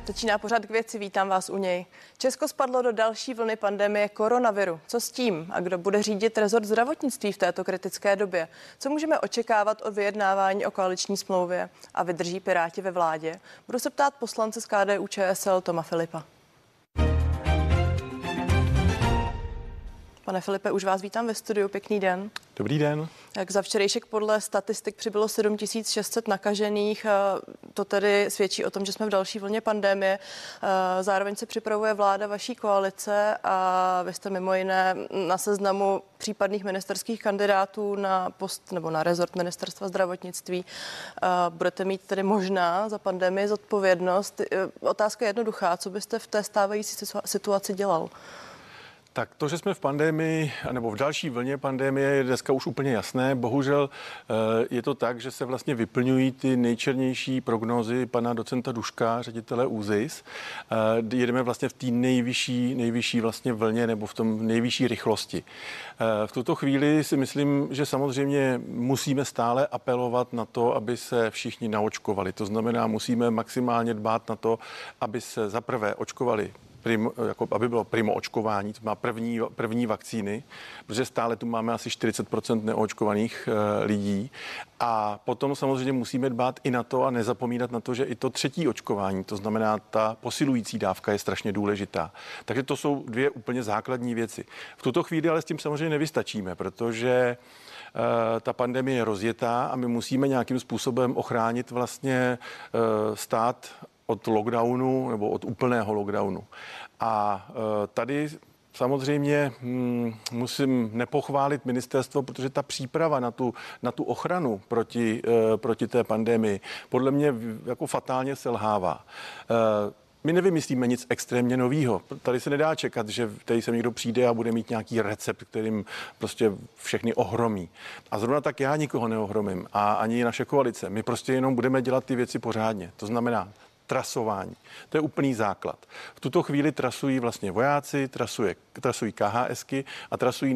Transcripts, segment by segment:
Začíná pořad K věci, vítám vás u něj. Česko spadlo do další vlny pandemie koronaviru. Co s tím a kdo bude řídit rezort zdravotnictví v této kritické době? Co můžeme očekávat od vyjednávání o koaliční smlouvě? A vydrží Piráti ve vládě? Budu se ptát poslance z KDU-ČSL Toma Filipa. Pane Filipe, už vás vítám ve studiu. Pěkný den. Dobrý den. Jak za včerejšek podle statistik přibylo 7600 nakažených. To tedy svědčí o tom, že jsme v další vlně pandemie. Zároveň se připravuje vláda vaší koalice a vy jste mimo jiné na seznamu případných ministerských kandidátů na post nebo na rezort ministerstva zdravotnictví. Budete mít tedy možná za pandemii zodpovědnost. Otázka je jednoduchá. Co byste v té stávající situaci dělal? Tak to, že jsme v pandemii, nebo v další vlně pandemie, je dneska už úplně jasné. Bohužel je to tak, že se vlastně vyplňují ty nejčernější prognózy pana docenta Duška, ředitele ÚZIS. Jedeme vlastně v té nejvyšší vlastně vlně nebo v tom nejvyšší rychlosti. V tuto chvíli si myslím, že samozřejmě musíme stále apelovat na to, aby se všichni naočkovali. To znamená, musíme maximálně dbát na to, aby se zaprvé očkovali aby bylo primo očkování, to má první vakcíny, protože stále tu máme asi 40% neočkovaných lidí. A potom samozřejmě musíme dbát i na to a nezapomínat na to, že i to třetí očkování, to znamená ta posilující dávka, je strašně důležitá. Takže to jsou dvě úplně základní věci. V tuto chvíli ale s tím samozřejmě nevystačíme, protože ta pandemie je rozjetá a my musíme nějakým způsobem ochránit vlastně stát od lockdownu nebo od úplného lockdownu. A tady samozřejmě musím nepochválit ministerstvo, protože ta příprava na tu ochranu proti té pandemii podle mě jako fatálně selhává. My nevymyslíme nic extrémně novýho. Tady se nedá čekat, že tady sem někdo přijde a bude mít nějaký recept, kterým prostě všechny ohromí. A zrovna tak já nikoho neohromím a ani naše koalice. My prostě jenom budeme dělat ty věci pořádně. To znamená trasování. To je úplný základ. V tuto chvíli trasují vlastně vojáci, trasují KHSky a trasují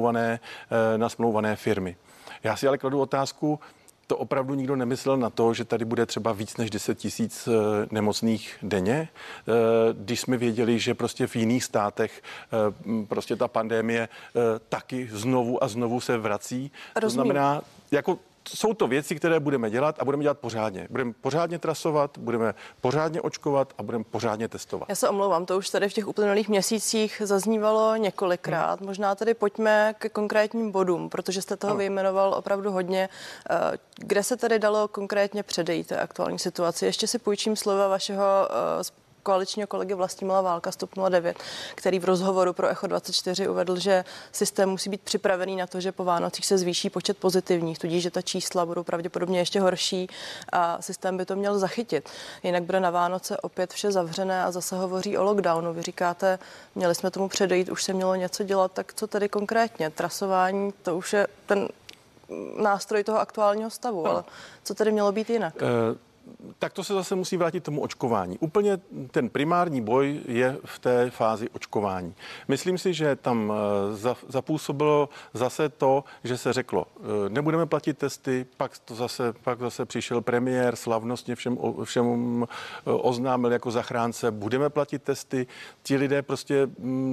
nasmlouvané firmy. Já si ale kladu otázku, to opravdu nikdo nemyslel na to, že tady bude třeba víc než 10 000 nemocných denně, když jsme věděli, že prostě v jiných státech prostě ta pandemie taky znovu a znovu se vrací. To znamená, jsou to věci, které budeme dělat a budeme dělat pořádně. Budeme pořádně trasovat, budeme pořádně očkovat a budeme pořádně testovat. Já se omlouvám, to už tady v těch uplynulých měsících zaznívalo několikrát. Možná tady pojďme ke konkrétním bodům, protože jste toho vyjmenoval opravdu hodně. Kde se tedy dalo konkrétně předejít té aktuální situaci? Ještě si půjčím slova vašeho koaličního kolegy Vlastimila Válka z TOP 09, který v rozhovoru pro Echo 24 uvedl, že systém musí být připravený na to, že po Vánocích se zvýší počet pozitivních, tudíž že ta čísla budou pravděpodobně ještě horší a systém by to měl zachytit. Jinak bude na Vánoce opět vše zavřené a zase hovoří o lockdownu. Vy říkáte, měli jsme tomu předejít, už se mělo něco dělat, tak co tedy konkrétně? Trasování, to už je ten nástroj toho aktuálního stavu, ale co tedy mělo být jinak? Tak to se zase musí vrátit tomu očkování. Úplně ten primární boj je v té fázi očkování. Myslím si, že tam zapůsobilo zase to, že se řeklo, nebudeme platit testy, pak zase přišel premiér, slavnostně všem oznámil jako zachránce, budeme platit testy. Ti lidé prostě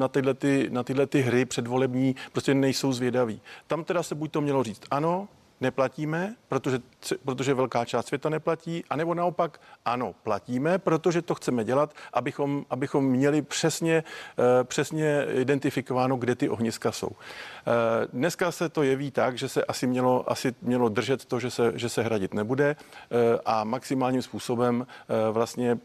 na tyhle ty hry předvolební prostě nejsou zvědaví. Tam teda se buď to mělo říct ano, neplatíme, protože velká část světa neplatí, anebo naopak ano, platíme, protože to chceme dělat, abychom měli přesně identifikováno, kde ty ohniska jsou. Dneska se to jeví tak, že se asi mělo držet to, že se hradit nebude a maximálním způsobem vlastně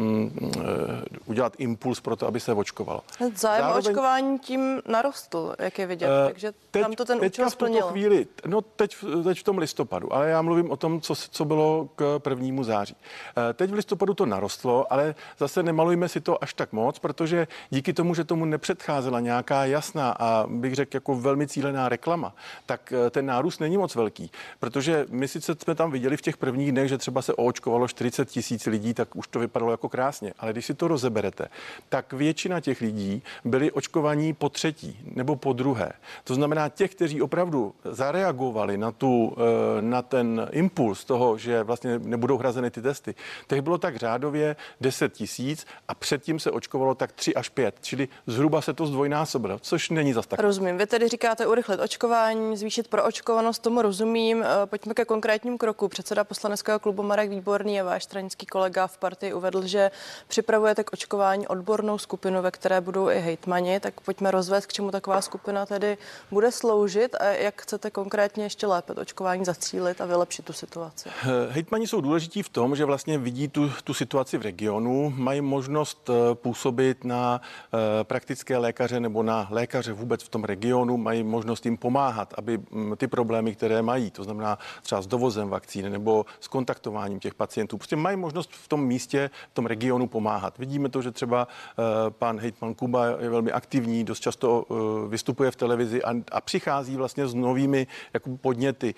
udělat impuls pro to, aby se očkovalo. Zájem o očkování tím narostl, jak je vidět, takže tam to ten účel splnilo. Teď v tom listopadu, ale já mluvím o tom, co bylo k 1. září. Teď v listopadu to narostlo, ale zase nemalujme si to až tak moc, protože díky tomu, že tomu nepředcházela nějaká jasná a bych řekl jako velmi cílená reklama, tak ten nárůst není moc velký, protože my sice jsme tam viděli v těch prvních dnech, že třeba se oočkovalo 40 000 lidí, tak už to vypadalo jako krásně, ale když si to rozeberete, tak většina těch lidí byli očkovaní po třetí nebo po druhé. To znamená těch, kteří opravdu zareagovali na tu na ten impuls toho, že vlastně nebudou hrazeny ty testy, tak bylo tak řádově 10 000 a předtím se očkovalo tak 3 až 5, čili zhruba se to zdvojnásobilo, což není zas tak. Rozumím. Vy tedy říkáte urychlit očkování, zvýšit proočkovanost, tomu rozumím. Pojďme ke konkrétním kroku. Předseda poslaneckého klubu Marek Výborný a váš stranický kolega v partii uvedl, že připravujete k očkování odbornou skupinu, ve které budou i hejtmani, tak pojďme rozvést, k čemu taková skupina tedy bude sloužit a jak chcete konkrétně ještě lépe očkování zacílit a vylepšit tu situaci. Hejtmani jsou důležití v tom, že vlastně vidí tu situaci v regionu, mají možnost působit na praktické lékaře nebo na lékaře vůbec v tom regionu, mají možnost jim pomáhat, aby ty problémy, které mají, to znamená třeba s dovozem vakcín nebo s kontaktováním těch pacientů, prostě mají možnost v tom místě, v tom regionu pomáhat. Vidíme to, že třeba pan hejtman Kuba je velmi aktivní, dost často vystupuje v televizi a přichází vlastně s novými jako podněty,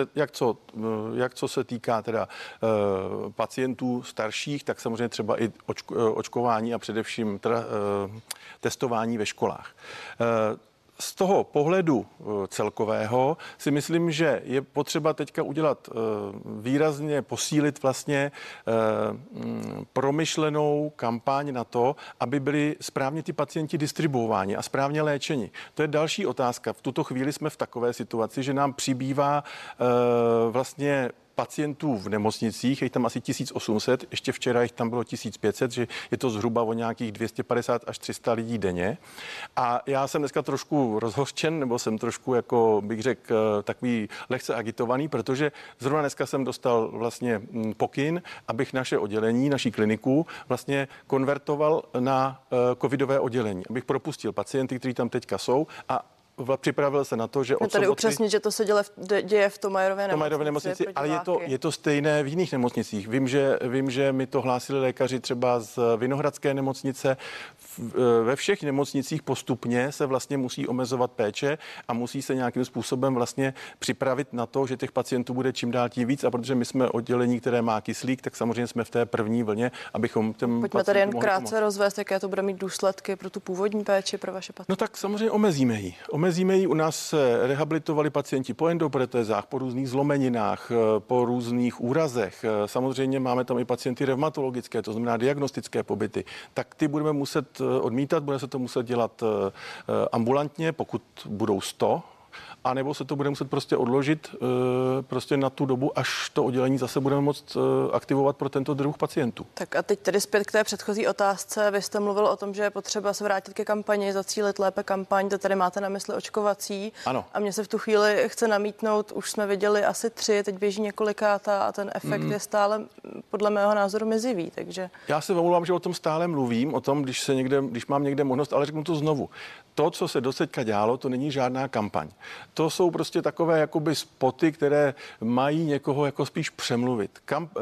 jak co se týká teda pacientů starších, tak samozřejmě třeba i očkování a především testování ve školách. Z toho pohledu celkového si myslím, že je potřeba teďka udělat výrazně posílit vlastně promyšlenou kampaň na to, aby byli správně ty pacienti distribuováni a správně léčeni. To je další otázka. V tuto chvíli jsme v takové situaci, že nám přibývá vlastně pacientů v nemocnicích, je tam asi 1800, ještě včera jich tam bylo 1500, že je to zhruba o nějakých 250 až 300 lidí denně. A já jsem dneska trošku rozhořčen, nebo jsem trošku, jako bych řekl, takový lehce agitovaný, protože zrovna dneska jsem dostal vlastně pokyn, abych naše oddělení, naší kliniku vlastně konvertoval na covidové oddělení, abych propustil pacienty, kteří tam teďka jsou a připravil se na to, že od tady upřesnit, že to se děje v Tomajerově nemocnici, ale je to stejné v jiných nemocnicích. Vím, že mi to hlásili lékaři třeba z Vinohradské nemocnice. Ve všech nemocnicích postupně se vlastně musí omezovat péče a musí se nějakým způsobem vlastně připravit na to, že těch pacientů bude čím dál tím víc, a protože my jsme oddělení, které má kyslík, tak samozřejmě jsme v té první vlně, abychom těm Pojďme tady jen krátce rozvést, jaké to bude mít důsledky pro tu původní péči, pro vaše pacienty. No tak samozřejmě omezíme ji. U nás se rehabilitovali pacienti po endoprotézách, po různých zlomeninách, po různých úrazech. Samozřejmě máme tam i pacienty revmatologické, to znamená diagnostické pobyty. Tak ty budeme muset odmítat, bude se to muset dělat ambulantně, pokud budou 100, a nebo se to bude muset prostě odložit prostě na tu dobu, až to oddělení zase budeme moct aktivovat pro tento druh pacientů. Tak a teď tedy zpět k té předchozí otázce. Vy jste mluvil o tom, že je potřeba se vrátit ke kampani, zacílit lépe kampaň, to tady máte na mysli očkovací. Ano. A mně se v tu chvíli chce namítnout, už jsme viděli asi 3, teď běží několikátá a ten efekt je stále podle mého názoru mizivý, takže... Já se omlouvám, že o tom stále mluvím, o tom, když mám někde možnost, ale řeknu to znovu. To, co se doteďka dělalo, to není žádná kampaň. To jsou prostě takové jakoby spoty, které mají někoho jako spíš přemluvit.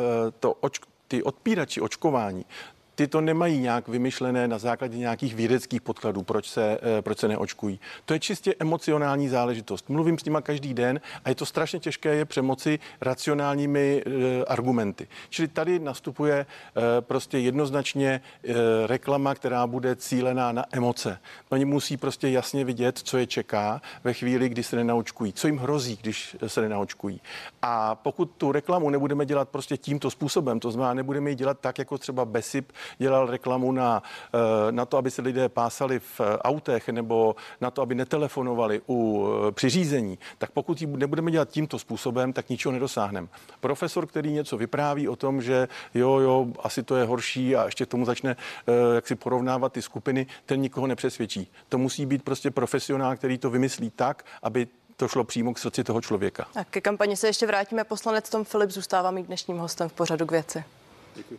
Ty odpírači očkování, ty to nemají nějak vymyšlené na základě nějakých vědeckých podkladů, proč se neočkují. To je čistě emocionální záležitost. Mluvím s nima každý den a je to strašně těžké je přemoci racionálními argumenty. Čili tady nastupuje prostě jednoznačně reklama, která bude cílená na emoce. Oni musí prostě jasně vidět, co je čeká ve chvíli, kdy se nenaočkují, co jim hrozí, když se nenaočkují. A pokud tu reklamu nebudeme dělat prostě tímto způsobem, to znamená, nebudeme ji dělat tak, jako třeba BESIP dělal reklamu na to, aby se lidé pásali v autech nebo na to, aby netelefonovali při řízení, tak pokud ji nebudeme dělat tímto způsobem, tak ničeho nedosáhneme. Profesor, který něco vypráví o tom, že jo, asi to je horší a ještě k tomu začne jak si porovnávat ty skupiny, ten nikoho nepřesvědčí. To musí být prostě profesionál, který to vymyslí tak, aby to šlo přímo k srdci toho člověka. A ke kampani se ještě vrátíme. Poslanec Tom Philipp zůstává mým dnešním hostem v pořadu K věci. Děkuji.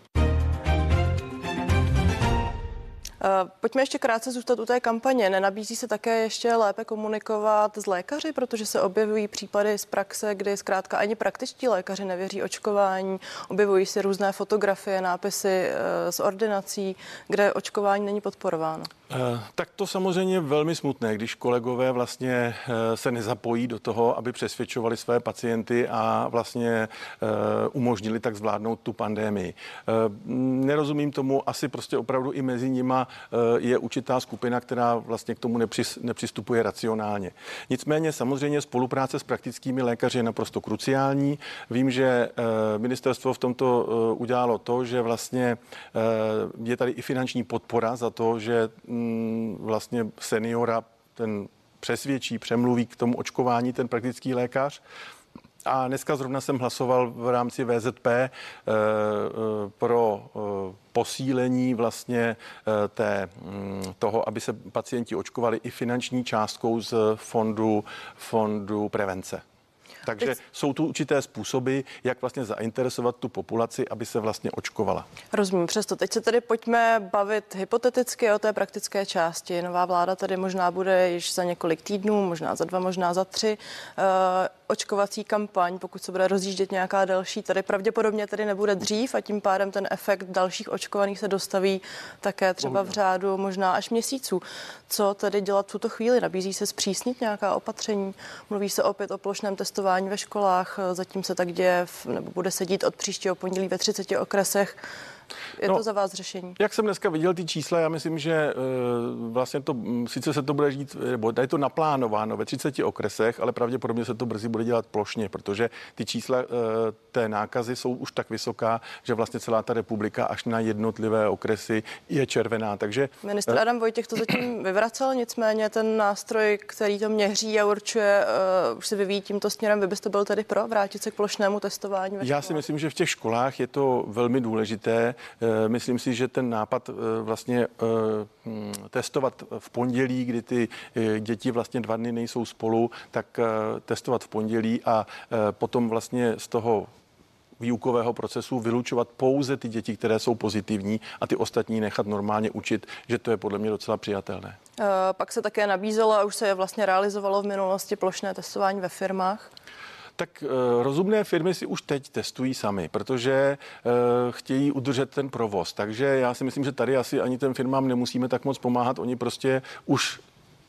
Pojďme ještě krátce zůstat u té kampaně. Nenabízí se také ještě lépe komunikovat s lékaři, protože se objevují případy z praxe, kdy zkrátka ani praktičtí lékaři nevěří očkování. Objevují se různé fotografie, nápisy z ordinací, kde očkování není podporováno. Tak to samozřejmě je velmi smutné, když kolegové vlastně se nezapojí do toho, aby přesvědčovali své pacienty a vlastně umožnili tak zvládnout tu pandemii. Nerozumím tomu, asi prostě opravdu i mezi nima je určitá skupina, která vlastně k tomu nepřistupuje racionálně. Nicméně samozřejmě spolupráce s praktickými lékaři je naprosto kruciální. Vím, že ministerstvo v tomto udělalo to, že vlastně je tady i finanční podpora za to, že vlastně seniora ten přemluví k tomu očkování ten praktický lékař. A dneska zrovna jsem hlasoval v rámci VZP pro posílení vlastně toho, aby se pacienti očkovali i finanční částkou z fondu prevence. Takže jsou tu určité způsoby, jak vlastně zainteresovat tu populaci, aby se vlastně očkovala. Rozumím, přesto teď se tedy pojďme bavit hypoteticky o té praktické části. Nová vláda tady možná bude již za několik týdnů, možná za 2, možná za 3. Očkovací kampaň, pokud se bude rozjíždět nějaká další, tady pravděpodobně tedy nebude dřív a tím pádem ten efekt dalších očkovaných se dostaví také třeba v řádu možná až měsíců. Co tedy dělat v tuto chvíli? Nabízí se zpřísnit nějaká opatření? Mluví se opět o plošném testování ve školách, zatím se tak děje, nebo bude se dít od příštího pondělí ve 30 okresech. Je to za vás řešení? Jak jsem dneska viděl ty čísla, já myslím, že vlastně to, sice se to bude žít, nebo je to naplánováno ve 30 okresech, ale pravděpodobně se to brzy bude dělat plošně, protože ty čísla té nákazy jsou už tak vysoká, že vlastně celá ta republika až na jednotlivé okresy je červená. Takže ministr Adam Vojtěch to zatím vyvracel, nicméně ten nástroj, který to měří a určuje, už se vyvíjí tímto směrem. Vy byste byl tedy pro vrátit se k plošnému testování? Já si myslím, že v těch školách je to velmi důležité. Myslím si, že ten nápad vlastně testovat v pondělí, kdy ty děti vlastně 2 dny nejsou spolu, tak testovat v pondělí a potom vlastně z toho výukového procesu vylučovat pouze ty děti, které jsou pozitivní a ty ostatní nechat normálně učit, že to je podle mě docela přijatelné. Pak se také nabízelo a už se vlastně realizovalo v minulosti plošné testování ve firmách. Tak rozumné firmy si už teď testují sami, protože chtějí udržet ten provoz. Takže já si myslím, že tady asi ani těm firmám nemusíme tak moc pomáhat. Oni prostě už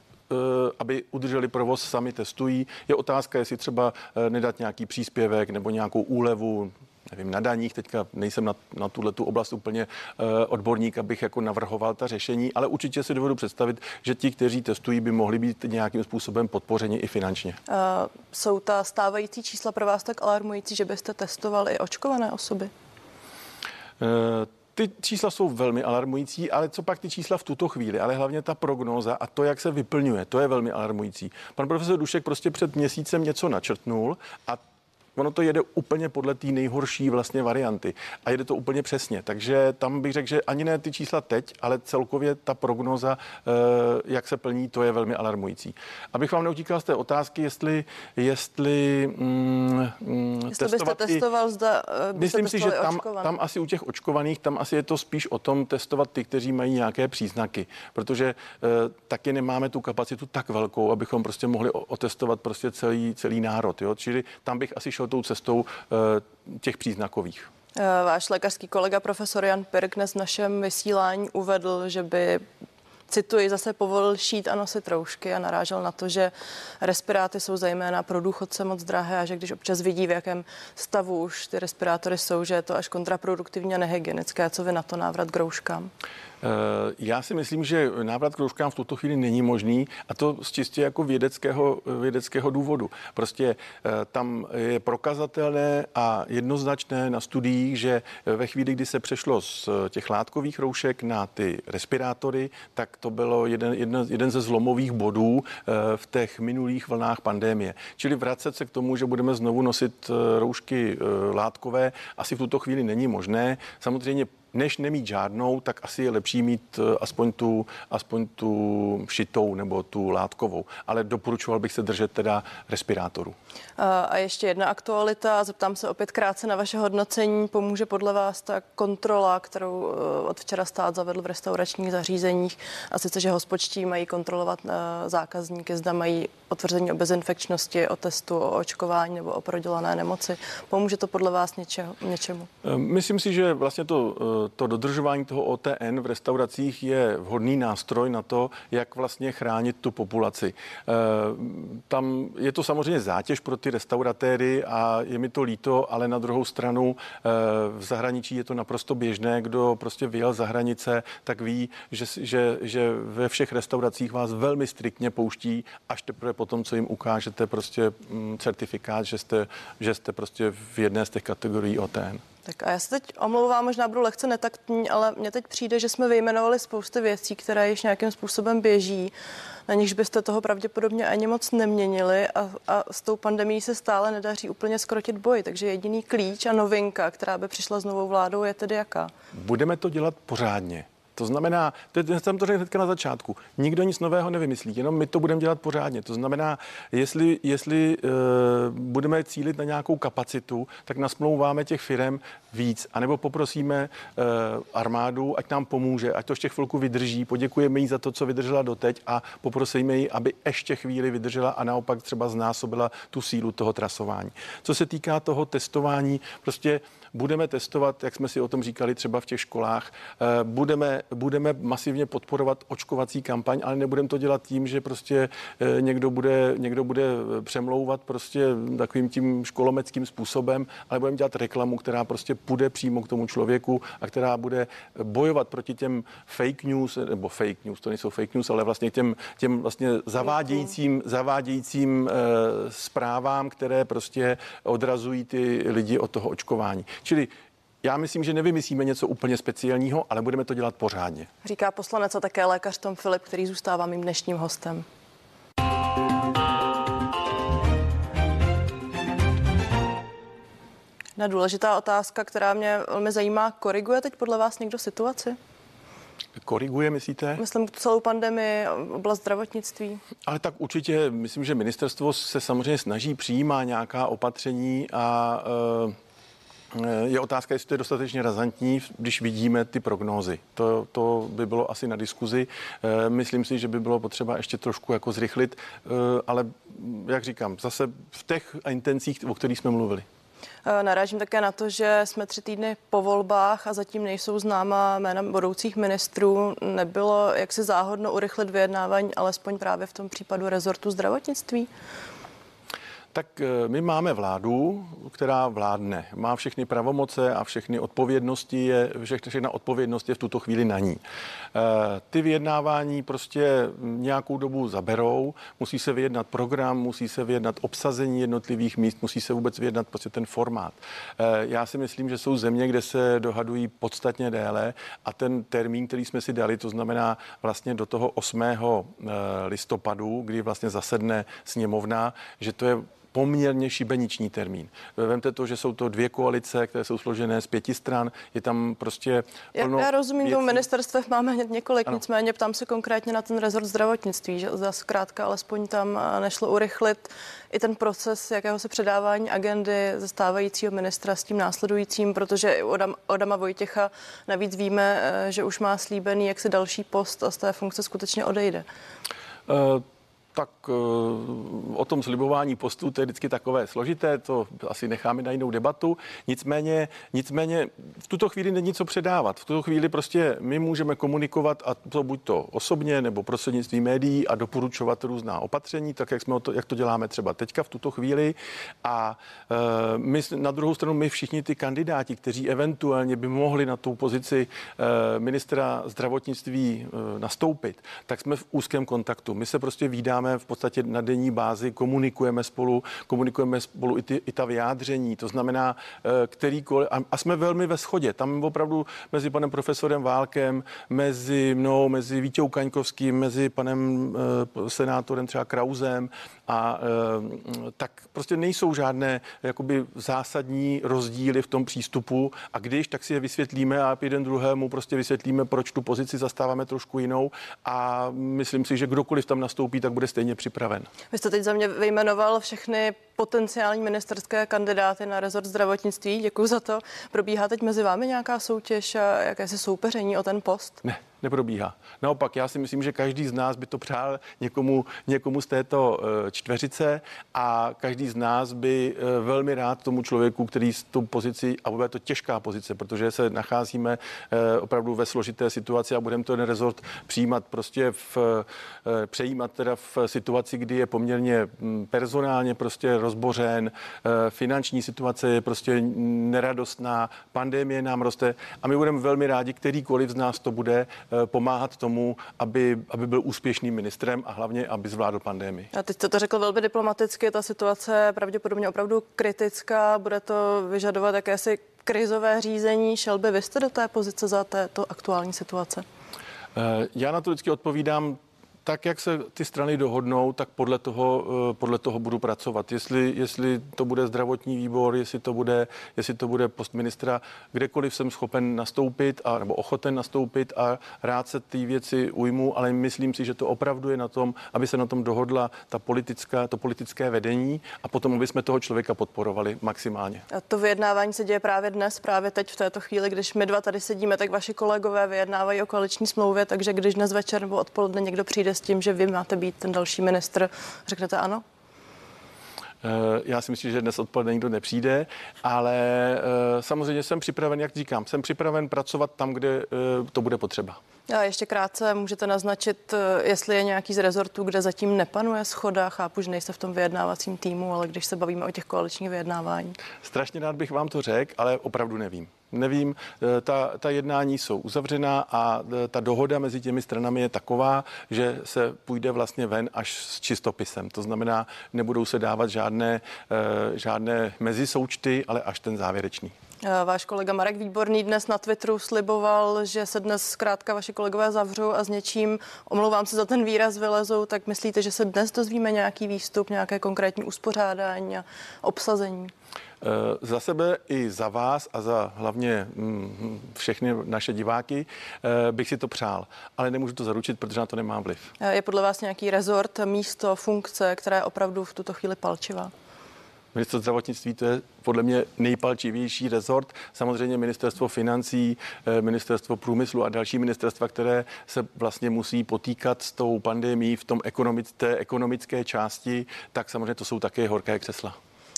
aby udrželi provoz, sami testují. Je otázka, jestli třeba nedat nějaký příspěvek nebo nějakou úlevu, nevím, na daních, teďka nejsem na tuhletu oblast úplně odborník, abych jako navrhoval ta řešení, ale určitě si dovedu představit, že ti, kteří testují, by mohli být nějakým způsobem podpořeni i finančně. Jsou ta stávající čísla pro vás tak alarmující, že byste testovali i očkované osoby? Ty čísla jsou velmi alarmující, ale co pak ty čísla v tuto chvíli, ale hlavně ta prognóza a to, jak se vyplňuje, to je velmi alarmující. Pan profesor Dušek prostě před měsícem něco načrtnul a ono to jede úplně podle té nejhorší vlastně varianty a jede to úplně přesně. Takže tam bych řekl, že ani ne ty čísla teď, ale celkově ta prognoza, jak se plní, to je velmi alarmující. Abych vám neutíkal z té otázky, jestli byste testoval, zda myslím si, že tam asi u těch očkovaných, tam asi je to spíš o tom testovat ty, kteří mají nějaké příznaky, protože taky nemáme tu kapacitu tak velkou, abychom prostě mohli otestovat prostě celý národ. Jo? Čili tam bych asi šel tou cestou těch příznakových. Váš lékařský kolega profesor Jan Pirk dnes v našem vysílání uvedl, že by, cituji, zase povolil šít a nosit roušky a narážel na to, že respiráty jsou zejména pro důchodce moc drahé a že když občas vidí, v jakém stavu už ty respirátory jsou, že je to až kontraproduktivně a nehygienické. Co vy na to, návrat k rouškám? Já si myslím, že návrat k rouškám v tuto chvíli není možný a to z čistě jako vědeckého důvodu. Prostě tam je prokazatelné a jednoznačné na studiích, že ve chvíli, kdy se přešlo z těch látkových roušek na ty respirátory, tak to bylo jeden ze zlomových bodů v těch minulých vlnách pandemie. Čili vracet se k tomu, že budeme znovu nosit roušky látkové, asi v tuto chvíli není možné. Samozřejmě než nemít žádnou, tak asi je lepší mít aspoň tu šitou nebo tu látkovou. Ale doporučoval bych se držet teda respirátoru. A ještě jedna aktualita, zeptám se opět krátce na vaše hodnocení. Pomůže podle vás ta kontrola, kterou od včera stát zavedl v restauračních zařízeních, a sice, že hospodští mají kontrolovat zákazníky, zda mají potvrzení o bezinfekčnosti, o testu, o očkování nebo o prodělané nemoci. Pomůže to podle vás něčemu? Myslím si, že vlastně to to dodržování toho OTN v restauracích je vhodný nástroj na to, jak vlastně chránit tu populaci. Tam je to samozřejmě zátěž pro ty restauratéry a je mi to líto, ale na druhou stranu v zahraničí je to naprosto běžné. Kdo prostě vyjel za hranice, tak ví, že ve všech restauracích vás velmi striktně pouští, až teprve potom, co jim ukážete prostě certifikát, že jste prostě v jedné z těch kategorií OTN. Tak a já se teď omlouvám, možná budu lehce netaktní, ale mně teď přijde, že jsme vyjmenovali spoustu věcí, které již nějakým způsobem běží, na nichž byste toho pravděpodobně ani moc neměnili a s tou pandemií se stále nedaří úplně zkrotit boj. Takže jediný klíč a novinka, která by přišla s novou vládou, je tedy jaká? Budeme to dělat pořádně. To znamená, jsem to řekl hnedka na začátku, nikdo nic nového nevymyslí, jenom my to budeme dělat pořádně. To znamená, jestli budeme cílit na nějakou kapacitu, tak nasmlouváme těch firem víc, anebo poprosíme armádu, ať nám pomůže, ať to ještě chvilku vydrží, poděkujeme jí za to, co vydržela doteď a poprosíme ji, aby ještě chvíli vydržela a naopak třeba znásobila tu sílu toho trasování. Co se týká toho testování, prostě budeme testovat, jak jsme si o tom říkali třeba v těch školách, budeme masivně podporovat očkovací kampaň, ale nebudeme to dělat tím, že prostě někdo bude přemlouvat prostě takovým tím školomeckým způsobem, ale budeme dělat reklamu, která prostě půjde přímo k tomu člověku a která bude bojovat proti těm fake news, to nejsou fake news, ale vlastně těm vlastně zavádějícím zprávám, které prostě odrazují ty lidi od toho očkování. Čili já myslím, že nevymyslíme něco úplně speciálního, ale budeme to dělat pořádně. Říká poslanec a také lékař Tom Filip, který zůstává mým dnešním hostem. Na důležitá otázka, která mě velmi zajímá, koriguje teď podle vás někdo situaci? Koriguje, myslíte? Myslím celou pandemii, oblast zdravotnictví. Ale tak určitě, myslím, že ministerstvo se samozřejmě snaží, přijímá nějaká opatření a je otázka, jestli to je dostatečně razantní, když vidíme ty prognózy. To by bylo asi na diskuzi. Myslím si, že by bylo potřeba ještě trošku jako zrychlit, ale jak říkám, zase v těch intencích, o kterých jsme mluvili. Narážím také na to, že jsme 3 týdny po volbách a zatím nejsou známa jména budoucích ministrů. Nebylo jaksi záhodno urychlit vyjednávání, alespoň právě v tom případu rezortu zdravotnictví? Tak my máme vládu, která vládne. Má všechny pravomoce a všechny odpovědnosti všechna odpovědnost je v tuto chvíli na ní. Ty vyjednávání prostě nějakou dobu zaberou, musí se vyjednat program, musí se vyjednat obsazení jednotlivých míst, musí se vůbec vyjednat prostě ten formát. Já si myslím, že jsou země, kde se dohadují podstatně déle a ten termín, který jsme si dali, to znamená vlastně do toho 8. listopadu, kdy vlastně zasedne sněmovna, že to je poměrně šibeniční termín. Vemte to, že jsou to 2 koalice, které jsou složené z 5 stran, je tam prostě plno. Já rozumím, tomu ministerstvech máme několik, ano. Nicméně ptám se konkrétně na ten rezort zdravotnictví, že zkrátka alespoň tam nešlo urychlit i ten proces jakéhosi předávání agendy ze stávajícího ministra s tím následujícím, protože u Adama Vojtěcha navíc víme, že už má slíbený jaksi další post a z té funkce skutečně odejde. Tak o tom slibování postů to je vždycky takové složité, to asi necháme na jinou debatu. Nicméně v tuto chvíli není co předávat. V tuto chvíli prostě my můžeme komunikovat a to buď to osobně nebo prostřednictvím médií a doporučovat různá opatření, tak jak to děláme třeba teďka v tuto chvíli. A my na druhou stranu my všichni ty kandidáti, kteří eventuálně by mohli na tu pozici ministra zdravotnictví nastoupit, tak jsme v úzkém kontaktu. My se prostě vídáme v podstatě na denní bázi, komunikujeme spolu i ta vyjádření, to znamená, kterýkoliv, a jsme velmi ve shodě. Tam opravdu mezi panem profesorem Válkem, mezi mnou, mezi Vítěou Kaňkovským, mezi panem senátorem třeba Krausem a tak prostě nejsou žádné jakoby zásadní rozdíly v tom přístupu a když, tak si je vysvětlíme a jeden druhému prostě vysvětlíme, proč tu pozici zastáváme trošku jinou a myslím si, že kdokoliv tam nastoupí, tak bude stejně připraven. Vy jste teď za mě vyjmenoval všechny potenciální ministerské kandidáty na rezort zdravotnictví. Děkuji za to. Probíhá teď mezi vámi nějaká soutěž a jakési soupeření o ten post? Ne, neprobíhá. Naopak, já si myslím, že každý z nás by to přál někomu z této čtveřice a každý z nás by velmi rád tomu člověku, který s tou pozici, a bude to těžká pozice, protože se nacházíme opravdu ve složité situaci a budeme ten rezort přejímat teda v situaci, kdy je poměrně personálně prostě rozbořen, finanční situace je prostě neradostná, pandemie nám roste a my budeme velmi rádi, kterýkoliv z nás to bude pomáhat tomu, aby byl úspěšným ministrem a hlavně, aby zvládl pandemii. A teď jste to řekl velmi diplomaticky, ta situace je pravděpodobně opravdu kritická, bude to vyžadovat jakési krizové řízení. Šel by vy jste do té pozice za této aktuální situace? Já na to vždycky odpovídám tak, jak se ty strany dohodnou, tak podle toho budu pracovat. Jestli to bude zdravotní výbor, jestli to bude post ministra, kdekoliv jsem schopen nastoupit nebo ochoten nastoupit a rád se ty věci ujmu, ale myslím si, že to opravdu je na tom, aby se na tom dohodla to politické vedení a potom, aby jsme toho člověka podporovali maximálně. A to vyjednávání se děje právě dnes, právě teď v této chvíli, když my dva tady sedíme, tak vaši kolegové vyjednávají o koaliční smlouvě, takže když dnes večer nebo odpoledne někdo přijde s tím, že vy máte být ten další ministr, řeknete ano? Já si myslím, že dnes odpoledne nikdo nepřijde, ale samozřejmě jsem připraven, jak říkám, jsem připraven pracovat tam, kde to bude potřeba. A ještě krátce můžete naznačit, jestli je nějaký z rezortů, kde zatím nepanuje shoda. Chápu, že nejste v tom vyjednávacím týmu, ale když se bavíme o těch koaličních vyjednávání. Strašně rád bych vám to řekl, ale opravdu nevím. Nevím, ta jednání jsou uzavřená a ta dohoda mezi těmi stranami je taková, že se půjde vlastně ven až s čistopisem. To znamená, nebudou se dávat žádné mezisoučty, ale až ten závěrečný. Váš kolega Marek Výborný dnes na Twitteru sliboval, že se dnes zkrátka vaši kolegové zavřou a s něčím, omlouvám se za ten výraz, vylezou, tak myslíte, že se dnes dozvíme nějaký výstup, nějaké konkrétní uspořádání a obsazení? Za sebe i za vás a za hlavně všechny naše diváky bych si to přál, ale nemůžu to zaručit, protože na to nemám vliv. Je podle vás nějaký rezort, místo, funkce, která je opravdu v tuto chvíli palčivá? Ministerstvo zdravotnictví, to je podle mě nejpalčivější rezort. Samozřejmě ministerstvo financí, ministerstvo průmyslu a další ministerstva, které se vlastně musí potýkat s tou pandemií v tom ekonomické části, tak samozřejmě to jsou také horké křesla.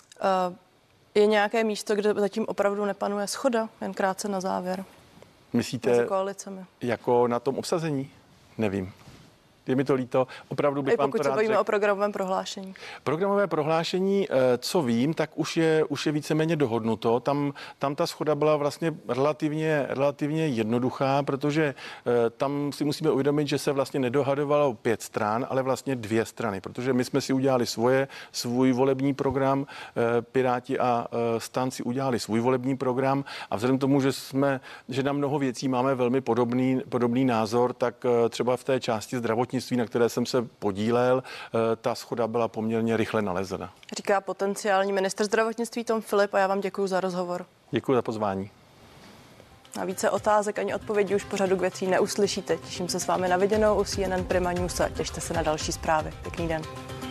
Je nějaké místo, kde zatím opravdu nepanuje shoda? Jen krátce na závěr. Myslíte jako na tom obsazení? Nevím. Je mi to líto, opravdu bych vám to rád řekl. Pokud se bavíme o programovém prohlášení. Programové prohlášení, co vím, tak už je víceméně dohodnuto. Tam ta shoda byla vlastně relativně jednoduchá, protože tam si musíme uvědomit, že se vlastně nedohadovalo 5 stran, ale vlastně 2 strany, protože my jsme si udělali svůj volební program, Piráti a STAN si udělali svůj volební program a vzhledem k tomu, že na mnoho věcí máme velmi podobný názor, tak třeba v té části zdravotnictví, na které jsem se podílel, ta shoda byla poměrně rychle nalezena. Říká potenciální ministr zdravotnictví Tom Filip a já vám děkuji za rozhovor. Děkuji za pozvání. A více otázek ani odpovědí už pořadu k věcí neuslyšíte. Těším se s vámi na viděnou u CNN Prima News a těšte se na další zprávy. Pěkný den.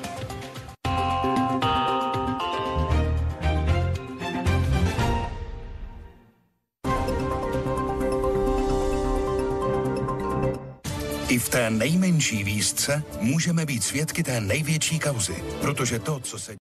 I v té nejmenší výzce můžeme být svědky té největší kauzy, protože to, co se